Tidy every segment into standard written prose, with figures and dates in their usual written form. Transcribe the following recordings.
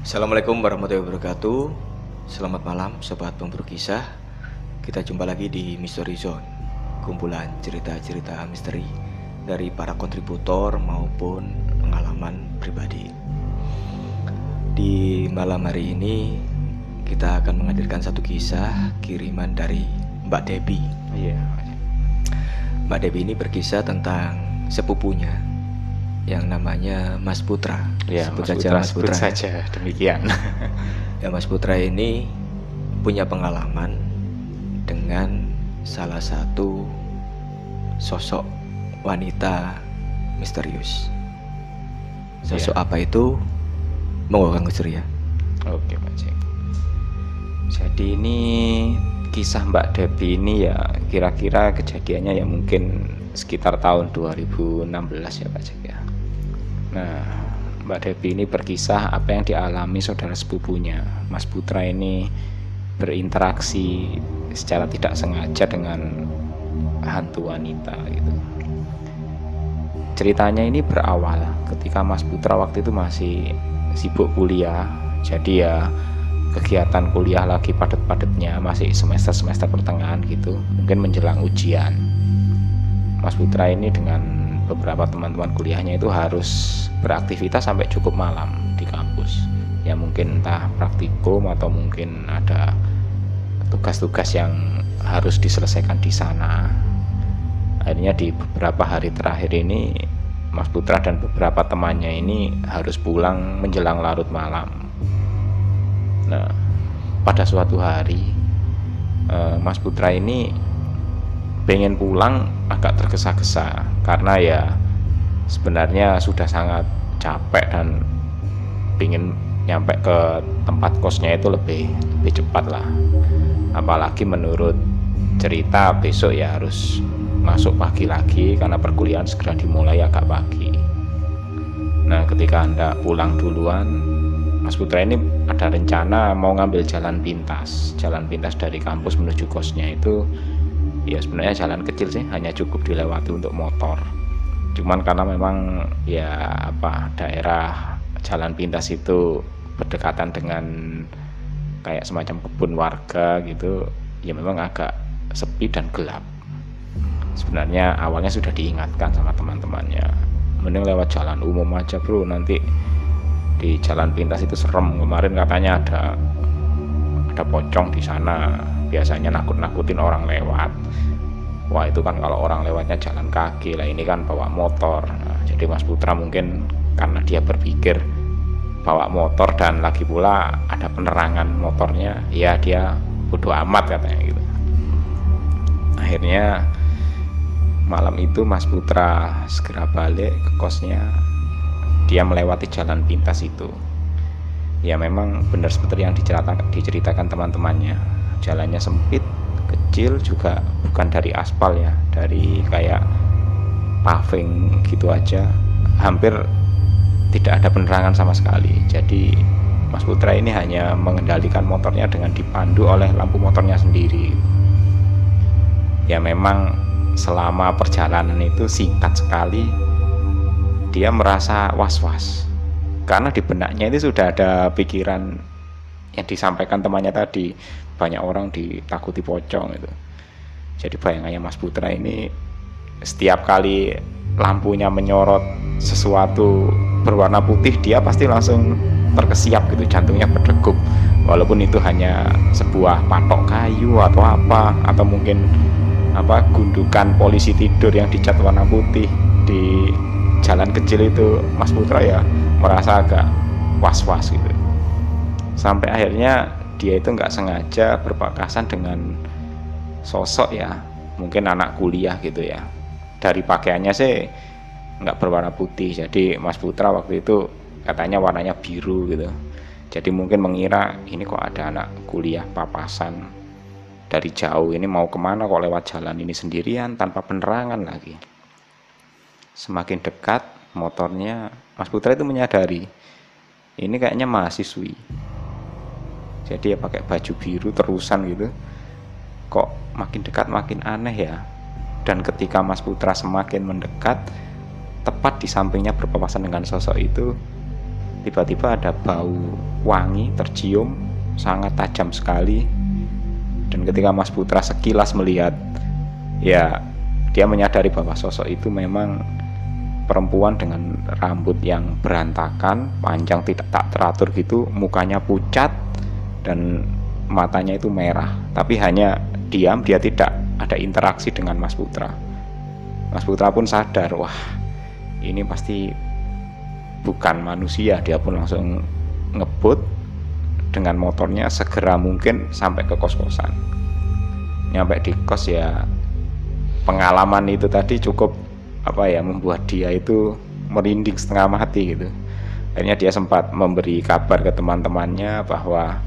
Assalamualaikum warahmatullahi wabarakatuh. Selamat malam sobat pemburu kisah. Kita jumpa lagi di Mystery Zone, kumpulan cerita-cerita misteri dari para kontributor maupun pengalaman pribadi. Di malam hari ini kita akan menghadirkan satu kisah kiriman dari Mbak Debbie. Mbak Debbie ini berkisah tentang sepupunya yang namanya Mas Putra. Ya, sebut Mas Putra saja demikian. Ya, Mas Putra ini punya pengalaman dengan salah satu sosok wanita misterius. Sosok apa itu? Monggo Kang Surya. Oke, Pak Cik. Jadi ini kisah Mbak Debbie ini ya kira-kira kejadiannya ya mungkin sekitar tahun 2016 ya Pak Cik ya. Nah, Mbak Debbie ini berkisah apa yang dialami saudara sepupunya. Mas Putra ini berinteraksi secara tidak sengaja dengan hantu wanita gitu. Ceritanya ini berawal ketika Mas Putra waktu itu masih sibuk kuliah. Jadi ya kegiatan kuliah lagi padat-padatnya, masih semester pertengahan gitu, mungkin menjelang ujian. Mas Putra ini dengan beberapa teman-teman kuliahnya itu harus beraktivitas sampai cukup malam di kampus. Ya mungkin entah praktikum atau mungkin ada tugas-tugas yang harus diselesaikan di sana. Akhirnya di beberapa hari terakhir ini Mas Putra dan beberapa temannya ini harus pulang menjelang larut malam. Nah, pada suatu hari Mas Putra ini pengen pulang agak tergesa-gesa karena ya sebenarnya sudah sangat capek dan pengen nyampe ke tempat kosnya itu lebih cepat lah. Apalagi menurut cerita besok ya harus masuk pagi lagi karena perkuliahan segera dimulai agak pagi. Nah, ketika Anda pulang duluan, Mas Putra ini ada rencana mau ngambil jalan pintas dari kampus menuju kosnya itu. Ya sebenarnya jalan kecil sih, hanya cukup dilewati untuk motor. Cuman karena memang ya daerah jalan pintas itu berdekatan dengan kayak semacam kebun warga gitu, ya memang agak sepi dan gelap. Sebenarnya awalnya sudah diingatkan sama teman-temannya, mending lewat jalan umum aja bro, nanti di jalan pintas itu serem. Kemarin katanya ada pocong di sana, biasanya nakut-nakutin orang lewat. Wah, itu kan kalau orang lewatnya jalan kaki lah, ini kan bawa motor. Nah, jadi Mas Putra mungkin karena dia berpikir bawa motor dan lagi pula ada penerangan motornya, ya dia bodo amat katanya gitu. Akhirnya malam itu Mas Putra segera balik ke kosnya. Dia melewati jalan pintas itu. Ya memang benar seperti yang diceritakan teman-temannya. Jalannya sempit, kecil, juga bukan dari aspal ya, dari kayak paving gitu aja, hampir tidak ada penerangan sama sekali. Jadi Mas Putra ini hanya mengendalikan motornya dengan dipandu oleh lampu motornya sendiri. Ya memang selama perjalanan itu singkat sekali, dia merasa was-was karena di benaknya itu sudah ada pikiran yang disampaikan temannya tadi, banyak orang ditakuti pocong itu. Jadi bayangannya Mas Putra ini setiap kali lampunya menyorot sesuatu berwarna putih, dia pasti langsung terkesiap gitu, jantungnya berdegup, walaupun itu hanya sebuah patok kayu atau apa, atau mungkin gundukan polisi tidur yang dicat warna putih di jalan kecil itu. Mas Putra ya merasa agak was-was gitu. Sampai akhirnya dia itu nggak sengaja berpapasan dengan sosok ya, mungkin anak kuliah gitu ya. Dari pakaiannya sih nggak berwarna putih, jadi Mas Putra waktu itu katanya warnanya biru gitu. Jadi mungkin mengira ini kok ada anak kuliah papasan dari jauh, ini mau kemana kok lewat jalan ini sendirian tanpa penerangan lagi. Semakin dekat motornya, Mas Putra itu menyadari ini kayaknya mahasiswi. Jadi ya pakai baju biru terusan gitu. Kok makin dekat makin aneh ya. Dan ketika Mas Putra semakin mendekat, tepat di sampingnya berpapasan dengan sosok itu, tiba-tiba ada bau wangi tercium sangat tajam sekali. Dan ketika Mas Putra sekilas melihat, ya dia menyadari bahwa sosok itu memang perempuan dengan rambut yang berantakan, panjang tidak tak teratur gitu, mukanya pucat dan matanya itu merah. Tapi hanya diam, dia tidak ada interaksi dengan Mas Putra. Mas Putra pun sadar, wah ini pasti bukan manusia. Dia pun langsung ngebut dengan motornya segera mungkin sampai ke kos-kosan. Nyampe di kos, ya pengalaman itu tadi cukup membuat dia itu merinding setengah mati gitu. Akhirnya dia sempat memberi kabar ke teman-temannya bahwa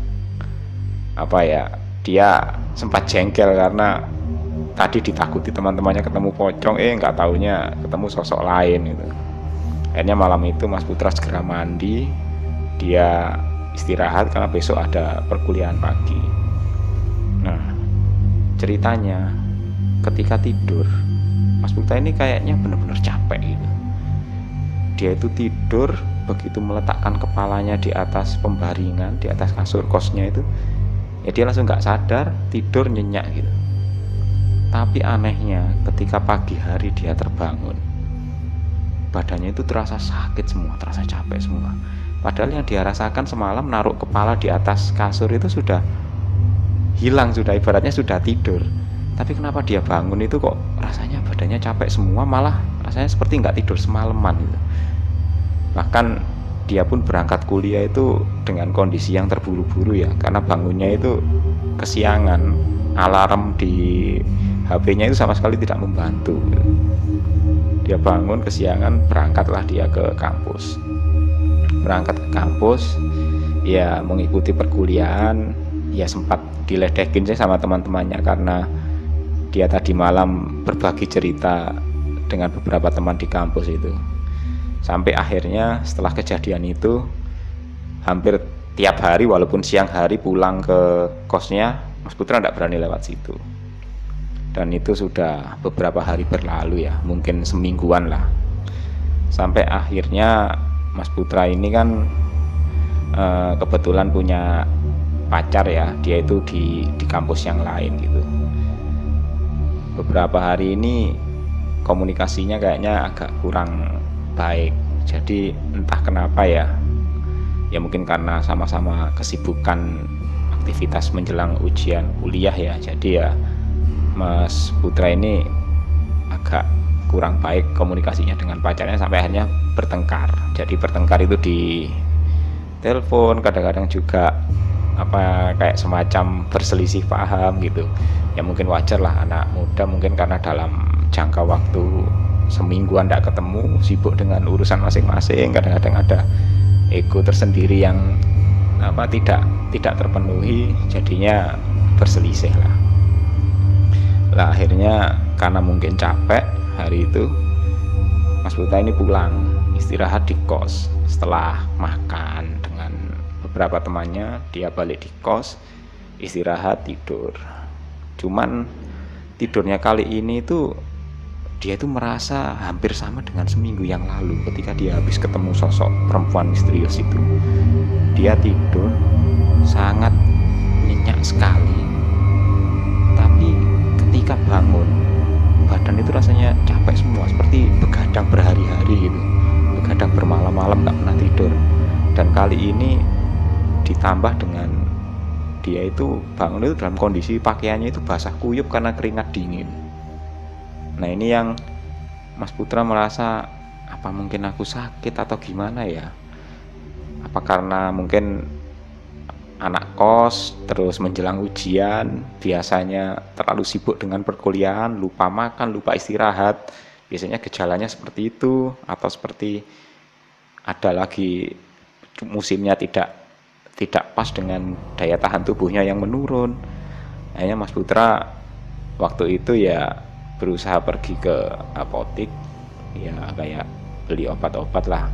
dia sempat jengkel karena tadi ditakuti teman-temannya ketemu pocong, nggak taunya ketemu sosok lain gitu. Akhirnya malam itu Mas Putra segera mandi, dia istirahat karena besok ada perkuliahan pagi. Nah, ceritanya ketika tidur, Mas Putra ini kayaknya benar-benar capek gitu. Dia itu tidur, begitu meletakkan kepalanya di atas pembaringan, di atas kasur kosnya itu, ya dia langsung nggak sadar, tidur nyenyak gitu. Tapi anehnya ketika pagi hari dia terbangun, badannya itu terasa sakit semua, terasa capek semua. Padahal yang dia rasakan semalam naruh kepala di atas kasur itu sudah hilang, sudah ibaratnya sudah tidur. Tapi kenapa dia bangun itu kok rasanya badannya capek semua, malah rasanya seperti nggak tidur semalaman gitu. Bahkan dia pun berangkat kuliah itu dengan kondisi yang terburu-buru ya, karena bangunnya itu kesiangan, alarm di HP-nya itu sama sekali tidak membantu. Dia bangun kesiangan, berangkatlah dia ke kampus. Berangkat ke kampus, ya mengikuti perkuliahan, ya sempat diledekin sih sama teman-temannya karena dia tadi malam berbagi cerita dengan beberapa teman di kampus itu. Sampai akhirnya setelah kejadian itu, hampir tiap hari walaupun siang hari pulang ke kosnya, Mas Putra tidak berani lewat situ. Dan itu sudah beberapa hari berlalu ya, mungkin semingguan lah. Sampai akhirnya Mas Putra ini kan kebetulan punya pacar ya, dia itu di kampus yang lain gitu. Beberapa hari ini komunikasinya kayaknya agak kurang baik. Jadi entah kenapa ya mungkin karena sama-sama kesibukan aktivitas menjelang ujian kuliah ya. Jadi ya Mas Putra ini agak kurang baik komunikasinya dengan pacarnya sampai akhirnya bertengkar. Jadi bertengkar itu di telepon, kadang-kadang juga kayak semacam berselisih paham gitu. Ya mungkin wajar lah, anak muda mungkin karena dalam jangka waktu semingguan tidak ketemu, sibuk dengan urusan masing-masing, kadang-kadang ada ego tersendiri yang tidak terpenuhi, jadinya berselisih lah. Akhirnya karena mungkin capek hari itu, Mas Putra ini pulang istirahat di kos. Setelah makan dengan beberapa temannya, dia balik di kos, istirahat, tidur. Cuman tidurnya kali ini tuh dia itu merasa hampir sama dengan seminggu yang lalu ketika dia habis ketemu sosok perempuan misterius itu. Dia tidur sangat nyenyak sekali, tapi ketika bangun badan itu rasanya capek semua, seperti begadang berhari-hari gitu, begadang bermalam-malam gak pernah tidur. Dan kali ini ditambah dengan dia itu bangun itu dalam kondisi pakaiannya itu basah kuyup karena keringat dingin. Nah ini yang Mas Putra merasa, apa mungkin aku sakit atau gimana ya? Apa karena mungkin anak kos terus menjelang ujian biasanya terlalu sibuk dengan perkuliahan, lupa makan, lupa istirahat. Biasanya gejalanya seperti itu, atau seperti ada lagi musimnya tidak pas dengan daya tahan tubuhnya yang menurun. Akhirnya Mas Putra waktu itu ya berusaha pergi ke apotik, ya kayak beli obat-obat lah,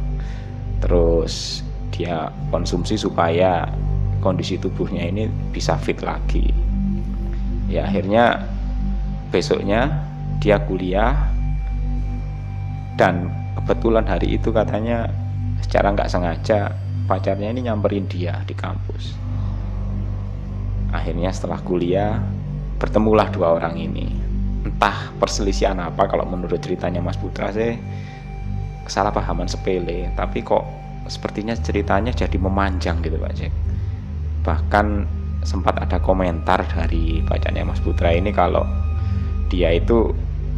terus dia konsumsi supaya kondisi tubuhnya ini bisa fit lagi. Ya akhirnya besoknya dia kuliah, dan kebetulan hari itu katanya secara nggak sengaja pacarnya ini nyamperin dia di kampus. Akhirnya setelah kuliah bertemulah dua orang ini. Entah perselisihan apa, kalau menurut ceritanya Mas Putra sih kesalahpahaman sepele, tapi kok sepertinya ceritanya jadi memanjang gitu Pak Jack. Bahkan sempat ada komentar dari pacarnya Mas Putra ini kalau dia itu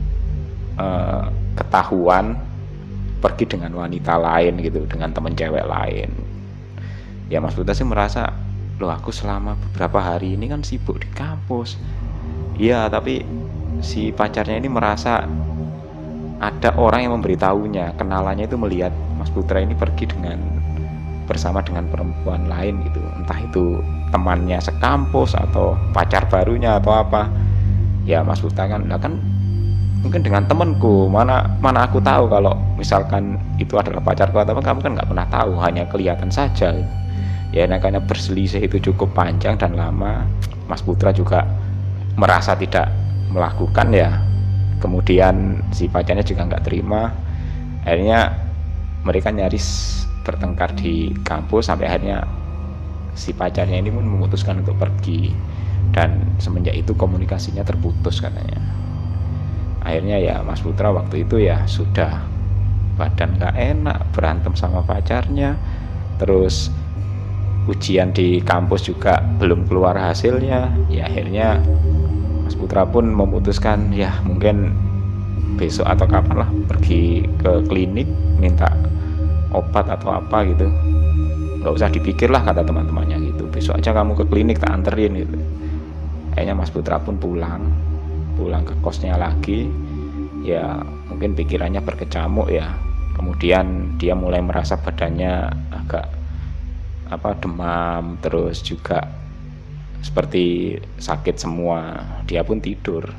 ketahuan pergi dengan wanita lain gitu, dengan teman cewek lain. Ya Mas Putra sih merasa, loh aku selama beberapa hari ini kan sibuk di kampus. Iya, tapi si pacarnya ini merasa ada orang yang memberitahunya, kenalannya itu melihat Mas Putra ini pergi bersama dengan perempuan lain gitu. Entah itu temannya sekampus atau pacar barunya atau apa. Ya Mas Putra kan mungkin dengan temanku, mana aku tahu kalau misalkan itu adalah pacarku atau apa, kamu kan nggak pernah tahu, hanya kelihatan saja. Ya makanya berselisih itu cukup panjang dan lama. Mas Putra juga merasa tidak melakukan ya. Kemudian si pacarnya juga nggak terima. Akhirnya mereka nyaris bertengkar di kampus sampai akhirnya si pacarnya ini pun memutuskan untuk pergi. Dan semenjak itu komunikasinya terputus katanya. Akhirnya ya Mas Putra waktu itu ya sudah badan nggak enak, berantem sama pacarnya, terus ujian di kampus juga belum keluar hasilnya. Ya akhirnya Mas Putra pun memutuskan ya mungkin besok atau kapan lah pergi ke klinik minta obat atau apa gitu. Nggak usah dipikir lah kata teman-temannya gitu, besok aja kamu ke klinik tak anterin gitu. Akhirnya Mas Putra pun pulang ke kosnya lagi. Ya mungkin pikirannya berkecamuk ya. Kemudian dia mulai merasa badannya agak demam, terus juga seperti sakit semua. Dia pun tidur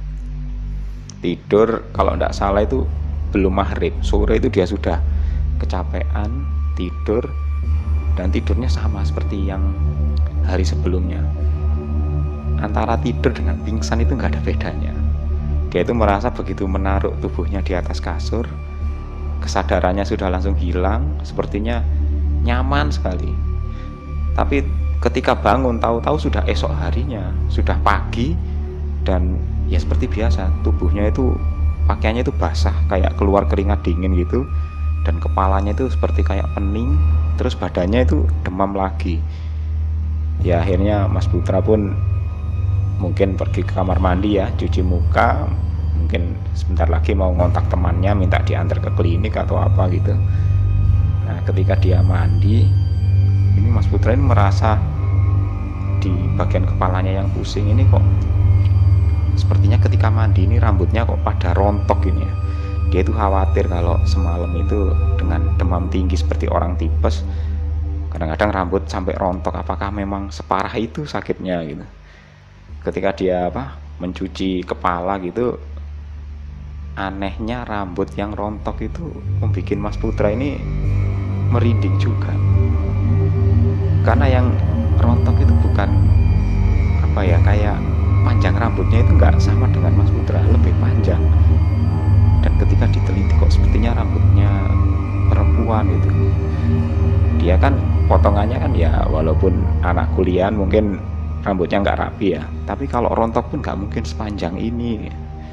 kalau tidak salah itu belum maghrib, sore itu dia sudah kecapean tidur, dan tidurnya sama seperti yang hari sebelumnya. Antara tidur dengan pingsan itu nggak ada bedanya. Dia itu merasa begitu menaruh tubuhnya di atas kasur, kesadarannya sudah langsung hilang, sepertinya nyaman sekali. Tapi ketika bangun tahu-tahu sudah esok harinya, sudah pagi, dan ya seperti biasa tubuhnya itu, pakaiannya itu basah kayak keluar keringat dingin gitu, dan kepalanya itu seperti kayak pening, terus badannya itu demam lagi. Ya akhirnya Mas Putra pun mungkin pergi ke kamar mandi ya, cuci muka, mungkin sebentar lagi mau ngontak temannya minta diantar ke klinik atau apa gitu. Nah ketika dia mandi, ini Mas Putra ini merasa di bagian kepalanya yang pusing ini kok sepertinya ketika mandi ini rambutnya kok pada rontok ini ya. Dia itu khawatir kalau semalam itu dengan demam tinggi seperti orang tipes, kadang-kadang rambut sampai rontok, apakah memang separah itu sakitnya gitu. Ketika dia mencuci kepala gitu, anehnya rambut yang rontok itu membuat Mas Putra ini merinding juga. Karena yang rontok itu bukan kayak panjang rambutnya itu nggak sama dengan Mas Putra, lebih panjang. Dan ketika diteliti kok sepertinya rambutnya perempuan gitu. Dia kan potongannya kan ya walaupun anak kuliah mungkin rambutnya nggak rapi ya, tapi kalau rontok pun nggak mungkin sepanjang ini.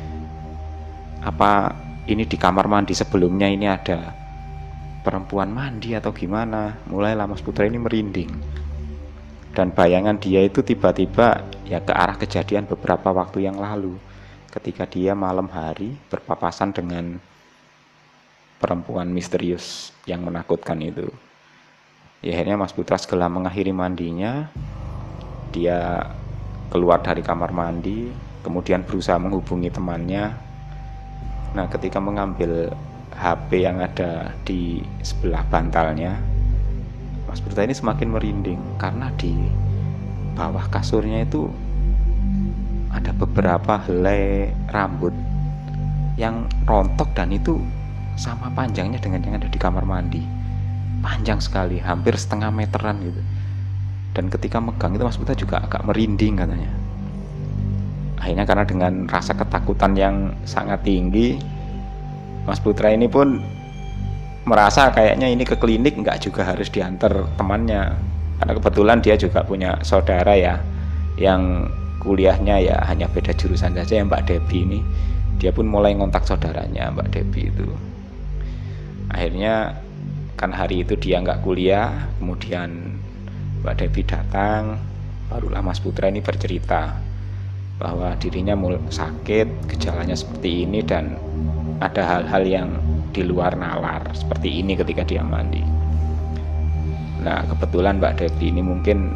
Apa ini di kamar mandi sebelumnya ini ada perempuan mandi atau gimana? Mulailah Mas Putra ini merinding, dan bayangan dia itu tiba-tiba ya ke arah kejadian beberapa waktu yang lalu, ketika dia malam hari berpapasan dengan perempuan misterius yang menakutkan itu. Ya akhirnya Mas Putra segera mengakhiri mandinya. Dia keluar dari kamar mandi, kemudian berusaha menghubungi temannya. Nah ketika mengambil HP yang ada di sebelah bantalnya, Mas Putra ini semakin merinding karena di bawah kasurnya itu ada beberapa helai rambut yang rontok, dan itu sama panjangnya dengan yang ada di kamar mandi. Panjang sekali, hampir setengah meteran gitu. Dan ketika megang itu Mas Putra juga agak merinding katanya. Akhirnya karena dengan rasa ketakutan yang sangat tinggi, Mas Putra ini pun merasa kayaknya ini ke klinik nggak juga harus diantar temannya, karena kebetulan dia juga punya saudara ya yang kuliahnya ya hanya beda jurusan saja ya, Mbak Debbie ini. Dia pun mulai ngontak saudaranya Mbak Debbie itu. Akhirnya kan hari itu dia nggak kuliah, kemudian Mbak Debbie datang, barulah Mas Putra ini bercerita bahwa dirinya sakit, gejalanya seperti ini dan ada hal-hal yang di luar nalar seperti ini ketika dia mandi. Nah kebetulan Mbak Debbie ini mungkin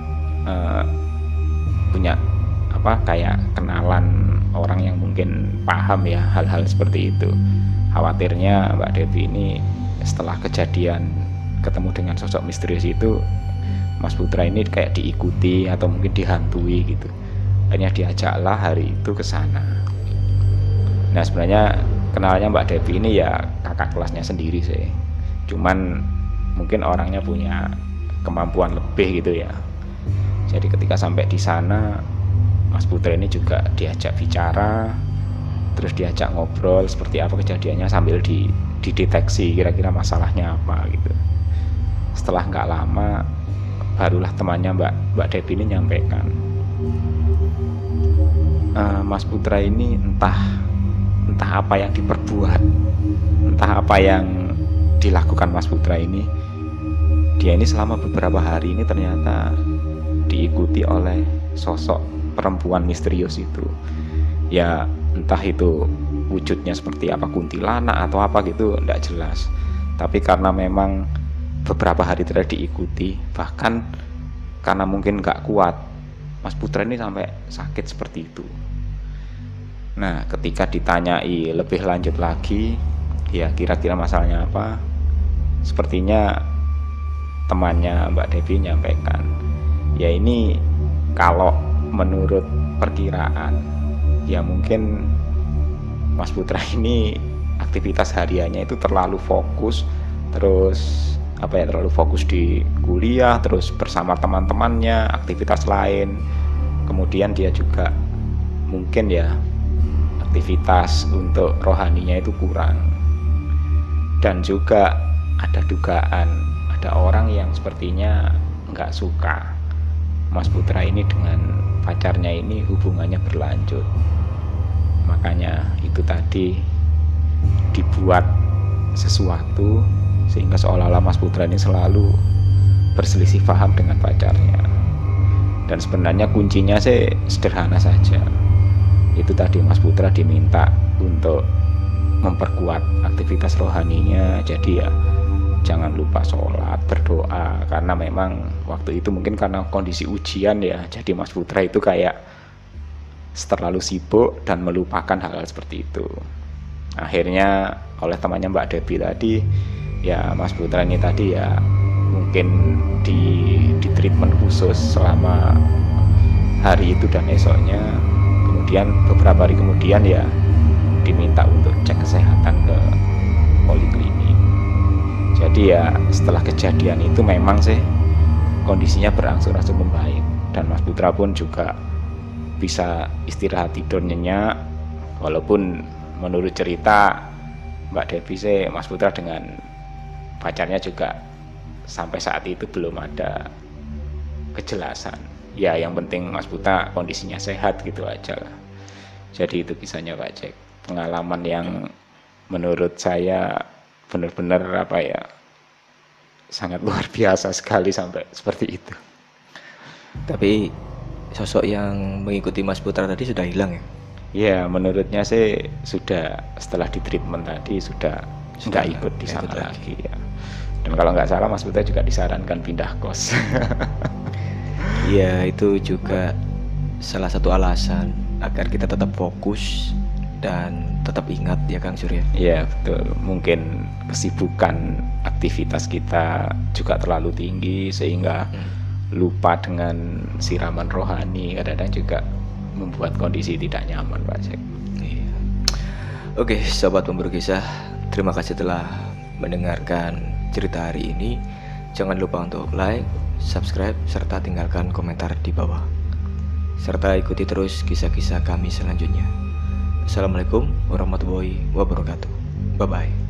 punya kayak kenalan orang yang mungkin paham ya hal-hal seperti itu. Khawatirnya Mbak Debbie ini setelah kejadian ketemu dengan sosok misterius itu, Mas Putra ini kayak diikuti atau mungkin dihantui gitu. Akhirnya diajaklah hari itu ke sana. Nah sebenarnya kenalnya Mbak Debbie ini ya kakak kelasnya sendiri sih. Cuman mungkin orangnya punya kemampuan lebih gitu ya. Jadi ketika sampai di sana, Mas Putra ini juga diajak bicara, terus diajak ngobrol seperti apa kejadiannya sambil dideteksi kira-kira masalahnya apa gitu. Setelah nggak lama, barulah temannya Mbak Debbie ini nyampaikan, Mas Putra ini entah apa yang diperbuat, entah apa yang dilakukan Mas Putra ini, dia ini selama beberapa hari ini ternyata diikuti oleh sosok perempuan misterius itu. Ya entah itu wujudnya seperti apa, kuntilanak atau apa gitu, enggak jelas. Tapi karena memang beberapa hari terakhir diikuti, bahkan karena mungkin nggak kuat, Mas Putra ini sampai sakit seperti itu. Nah ketika ditanyai lebih lanjut lagi, ya kira-kira masalahnya apa, sepertinya temannya Mbak Debbie nyampaikan, ya ini kalau menurut perkiraan ya mungkin Mas Putra ini aktivitas hariannya itu terlalu fokus, terlalu fokus di kuliah, terus bersama teman-temannya, aktivitas lain. Kemudian dia juga mungkin ya aktivitas untuk rohaninya itu kurang. Dan juga ada dugaan ada orang yang sepertinya nggak suka Mas Putra ini dengan pacarnya ini hubungannya berlanjut. Makanya itu tadi dibuat sesuatu sehingga seolah-olah Mas Putra ini selalu berselisih paham dengan pacarnya. Dan sebenarnya kuncinya sih sederhana saja. Itu tadi Mas Putra diminta untuk memperkuat aktivitas rohaninya. Jadi ya jangan lupa sholat, berdoa, karena memang waktu itu mungkin karena kondisi ujian ya, jadi Mas Putra itu kayak terlalu sibuk dan melupakan hal-hal seperti itu. Akhirnya oleh temannya Mbak Debbie tadi, ya Mas Putra ini tadi ya mungkin di treatment khusus selama hari itu dan esoknya. Kemudian beberapa hari kemudian ya diminta untuk cek kesehatan ke poliklinik. Jadi ya setelah kejadian itu memang sih kondisinya berangsur-angsur membaik, dan Mas Putra pun juga bisa istirahat tidur nyenyak. Walaupun menurut cerita Mbak Debbie sih, Mas Putra dengan pacarnya juga sampai saat itu belum ada kejelasan. Ya yang penting Mas Putra kondisinya sehat gitu aja lah. Jadi itu kisahnya Pak Jack. Pengalaman yang menurut saya benar-benar sangat luar biasa sekali sampai seperti itu. Tapi sosok yang mengikuti Mas Putra tadi sudah hilang ya? Ya menurutnya sih sudah, setelah di treatment tadi sudah nggak ikut di sana lagi ya. Dan kalau nggak salah Mas Putra juga disarankan pindah kos. Iya, itu juga salah satu alasan agar kita tetap fokus dan tetap ingat ya Kang Surya. Iya betul, mungkin kesibukan aktivitas kita juga terlalu tinggi sehingga lupa dengan siraman rohani, kadang-kadang juga membuat kondisi tidak nyaman Pak Jack. Iya. Oke sobat pemburu kisah, terima kasih telah mendengarkan cerita hari ini. Jangan lupa untuk like, subscribe, serta tinggalkan komentar di bawah. Serta ikuti terus kisah-kisah kami selanjutnya. Assalamualaikum warahmatullahi wabarakatuh. Bye-bye.